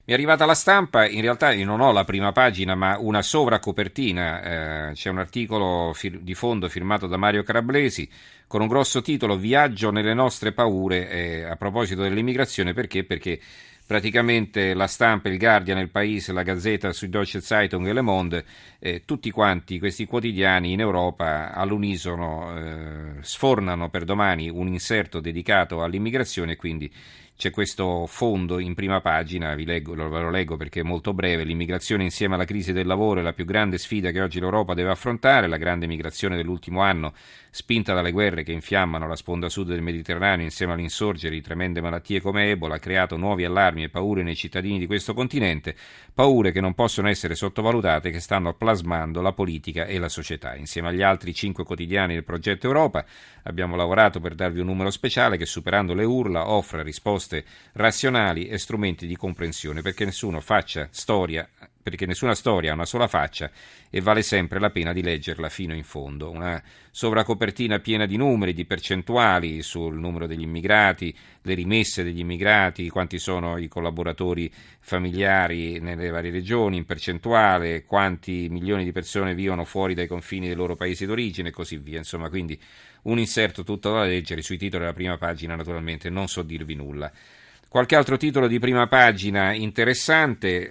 Mi è arrivata la stampa, in realtà io non ho la prima pagina, ma una sovracopertina. C'è un articolo di fondo firmato da Mario Carablesi con un grosso titolo Viaggio nelle nostre paure, a proposito dell'immigrazione. Perché? Perché praticamente la stampa, il Guardian, il Paese, la Gazzetta, Süddeutsche Zeitung e Le Monde, tutti quanti questi quotidiani in Europa all'unisono sfornano per domani un inserto dedicato all'immigrazione, quindi c'è questo fondo in prima pagina, ve lo leggo perché è molto breve. L'immigrazione insieme alla crisi del lavoro è la più grande sfida che oggi l'Europa deve affrontare. La grande migrazione dell'ultimo anno, spinta dalle guerre che infiammano la sponda sud del Mediterraneo insieme all'insorgere di tremende malattie come Ebola, ha creato nuovi allarmi e paure nei cittadini di questo continente, paure che non possono essere sottovalutate, che stanno plasmando la politica e la società. Insieme agli altri 5 quotidiani del progetto Europa abbiamo lavorato per darvi un numero speciale che, superando le urla, offra risposte razionali e strumenti di comprensione, perché nessuna storia ha una sola faccia e vale sempre la pena di leggerla fino in fondo. Una sovracopertina piena di numeri, di percentuali sul numero degli immigrati, le rimesse degli immigrati, quanti sono i collaboratori familiari nelle varie regioni in percentuale, quanti milioni di persone vivono fuori dai confini dei loro paesi d'origine e così via. Insomma, quindi un inserto tutto da leggere. Sui titoli della prima pagina naturalmente non so dirvi nulla. Qualche altro titolo di prima pagina interessante,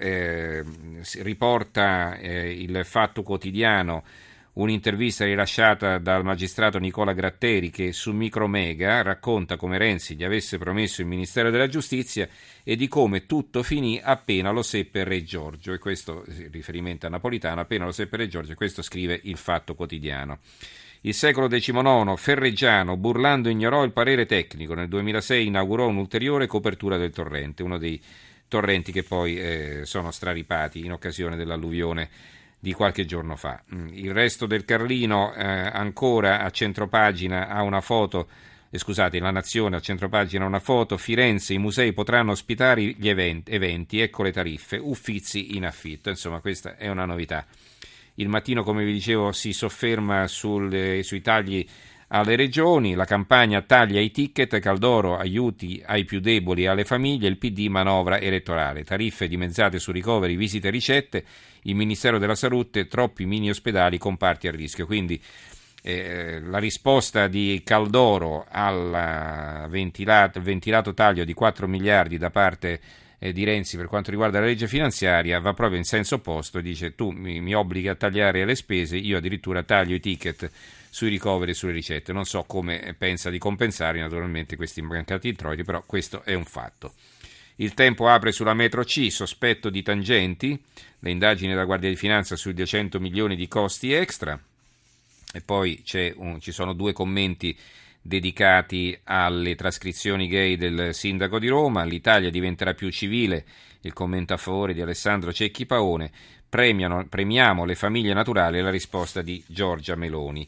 riporta il Fatto Quotidiano un'intervista rilasciata dal magistrato Nicola Gratteri, che su Micromega racconta come Renzi gli avesse promesso il Ministero della Giustizia e di come tutto finì appena lo seppe Re Giorgio, e questo riferimento a Napolitano, appena lo seppe Re Giorgio, questo scrive il Fatto Quotidiano. Il secolo XIX, Ferregiano, burlando, ignorò il parere tecnico. Nel 2006 inaugurò un'ulteriore copertura del torrente, uno dei torrenti che poi sono straripati in occasione dell'alluvione di qualche giorno fa. Il Resto del Carlino, ancora a centropagina, ha una foto. Scusate, La Nazione a centropagina una foto. Firenze, i musei potranno ospitare gli eventi, ecco le tariffe, Uffizi in affitto. Insomma, questa è una novità. Il Mattino, come vi dicevo, si sofferma sui tagli alle regioni, la campagna taglia i ticket, Caldoro aiuti ai più deboli e alle famiglie, il PD manovra elettorale, tariffe dimezzate su ricoveri, visite e ricette, il Ministero della Salute, troppi mini ospedali, comparti a rischio. Quindi la risposta di Caldoro al ventilato taglio di 4 miliardi da parte di Renzi per quanto riguarda la legge finanziaria va proprio in senso opposto. Dice: tu mi obblighi a tagliare le spese, io addirittura taglio i ticket sui ricoveri e sulle ricette. Non so come pensa di compensare naturalmente questi mancati introiti, però questo è un fatto. Il Tempo apre sulla metro C, sospetto di tangenti, le indagini della Guardia di Finanza sui 200 milioni di costi extra, e poi ci sono 2 commenti dedicati alle trascrizioni gay del sindaco di Roma. L'Italia diventerà più civile, il commento a favore di Alessandro Cecchi Paone. Premiamo le famiglie naturali, la risposta di Giorgia Meloni.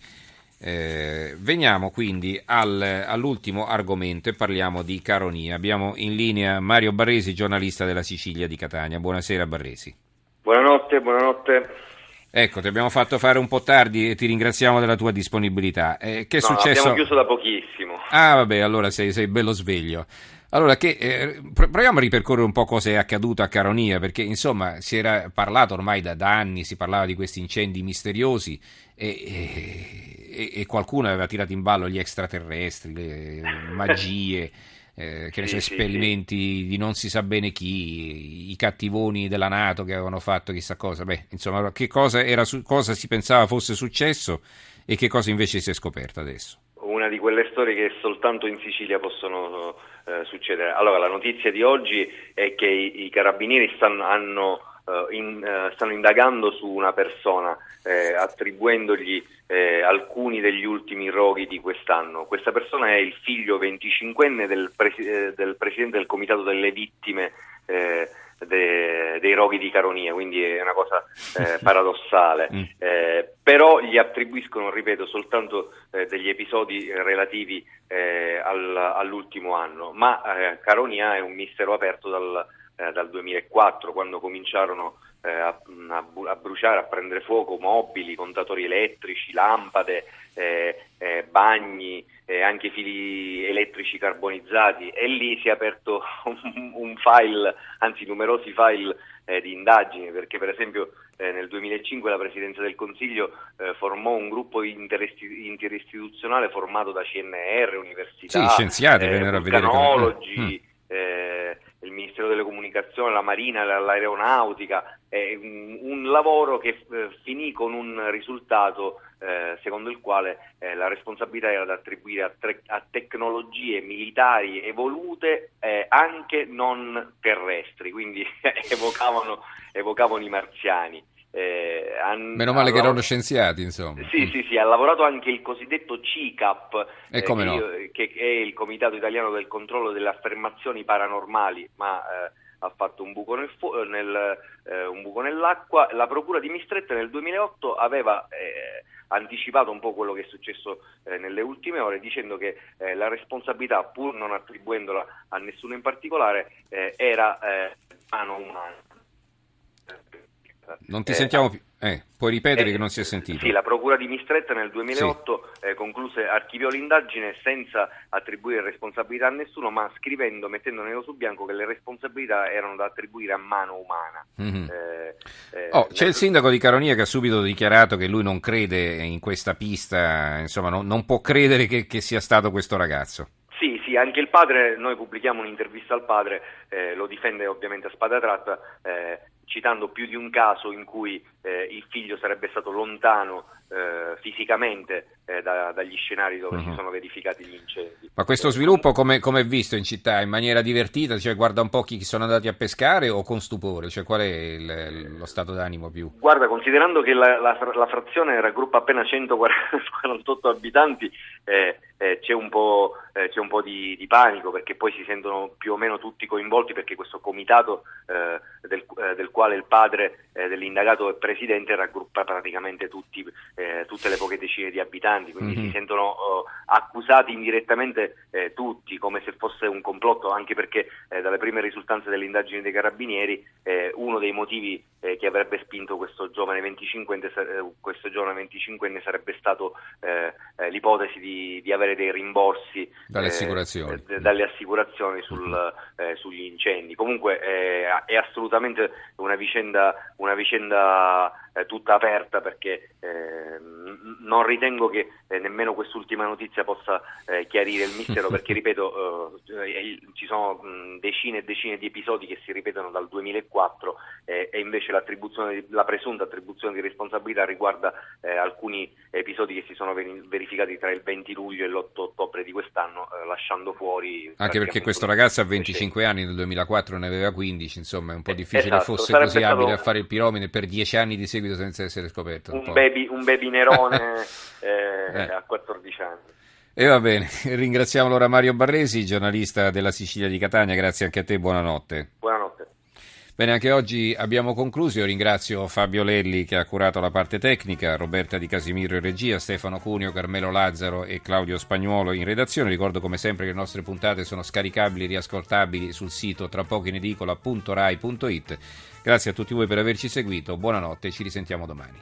Veniamo quindi all'ultimo argomento e parliamo di Caronia. Abbiamo in linea Mario Barresi, giornalista della Sicilia di Catania. Buonasera Barresi. Buonanotte. Ecco, ti abbiamo fatto fare un po' tardi e ti ringraziamo della tua disponibilità. Che è No, successo? abbiamo chiuso da pochissimo. Ah, vabbè, allora sei bello sveglio. Allora, proviamo a ripercorrere un po' cosa è accaduto a Caronia, perché insomma si era parlato ormai da anni, si parlava di questi incendi misteriosi e qualcuno aveva tirato in ballo gli extraterrestri, le magie. Che ne so, esperimenti di non si sa bene chi, i cattivoni della NATO che avevano fatto chissà cosa. Beh, insomma, cosa si pensava fosse successo e che cosa invece si è scoperto adesso? Una di quelle storie che soltanto in Sicilia possono succedere. Allora, la notizia di oggi è che i carabinieri stanno indagando su una persona, attribuendogli alcuni degli ultimi roghi di quest'anno. Questa persona è il figlio 25enne del presidente del comitato delle vittime dei roghi di Caronia, quindi è una cosa paradossale. Però gli attribuiscono, ripeto, soltanto degli episodi relativi all'ultimo anno, ma Caronia è un mistero aperto dal 2004, quando cominciarono a bruciare, a prendere fuoco mobili, contatori elettrici, lampade, bagni, anche fili elettrici carbonizzati, e lì si è aperto un file, anzi numerosi file di indagini, perché per esempio nel 2005 la Presidenza del Consiglio formò un gruppo interistituzionale formato da CNR, università, scienziati vennero a vedere vulcanologi, il Ministero delle Comunicazioni, la Marina, l'aeronautica, un lavoro che finì con un risultato secondo il quale la responsabilità era da attribuire a tecnologie militari evolute anche non terrestri, quindi evocavano i marziani. Meno male che erano scienziati, insomma. Sì, ha lavorato anche il cosiddetto CICAP, che è il Comitato Italiano del Controllo delle Affermazioni Paranormali, ma ha fatto un buco nell'acqua. La Procura di Mistretta nel 2008 aveva anticipato un po' quello che è successo nelle ultime ore, dicendo che la responsabilità, pur non attribuendola a nessuno in particolare, era mano umana. Non ti sentiamo più. Puoi ripetere che non si è sentito? Sì, la Procura di Mistretta nel 2008 archiviò l'indagine senza attribuire responsabilità a nessuno, ma mettendo nero su bianco che le responsabilità erano da attribuire a mano umana. Mm-hmm. C'è il sindaco di Caronia che ha subito dichiarato che lui non crede in questa pista, insomma non può credere che sia stato questo ragazzo. Sì, anche il padre, noi pubblichiamo un'intervista al padre, lo difende ovviamente a spada tratta, citando più di un caso in cui il figlio sarebbe stato lontano fisicamente dagli scenari dove si sono verificati gli incendi. Ma questo sviluppo come è visto in città? In maniera divertita? Cioè guarda un po' chi sono andati a pescare, o con stupore? Cioè qual è lo stato d'animo più? Guarda, considerando che la frazione raggruppa appena 148 abitanti, c'è un po' di panico, perché poi si sentono più o meno tutti coinvolti, perché questo comitato del quale il padre dell'indagato è presidente raggruppa praticamente tutte le poche decine di abitanti, quindi si sentono accusati indirettamente tutti, come se fosse un complotto, anche perché dalle prime risultanze delle indagini dei carabinieri uno dei motivi che avrebbe spinto questo giovane 25enne sarebbe stato l'ipotesi di avere dei rimborsi dalle assicurazioni sugli incendi. Comunque è assolutamente una vicenda tutta aperta, perché non ritengo che nemmeno quest'ultima notizia possa chiarire il mistero, perché ripeto, ci sono decine e decine di episodi che si ripetono dal 2004 e invece la presunta attribuzione di responsabilità riguarda alcuni episodi che si sono verificati tra il 20 luglio e l'8 ottobre di quest'anno, lasciando fuori... Anche perché questo ragazzo ha 25 anni, nel 2004 ne aveva 15, insomma è un po' difficile fosse così abile a fare il piromane per 10 anni di seguito senza essere scoperto. Un baby Nerone a 14 anni. E va bene, ringraziamo allora Mario Barresi, giornalista della Sicilia di Catania, grazie anche a te, buonanotte. Buonanotte. Bene, anche oggi abbiamo concluso. Io ringrazio Fabio Lelli che ha curato la parte tecnica, Roberta Di Casimiro in regia, Stefano Cuneo, Carmelo Lazzaro e Claudio Spagnuolo in redazione. Ricordo come sempre che le nostre puntate sono scaricabili e riascoltabili sul sito trapocoinedicola.rai.it. Grazie a tutti voi per averci seguito, buonanotte e ci risentiamo domani.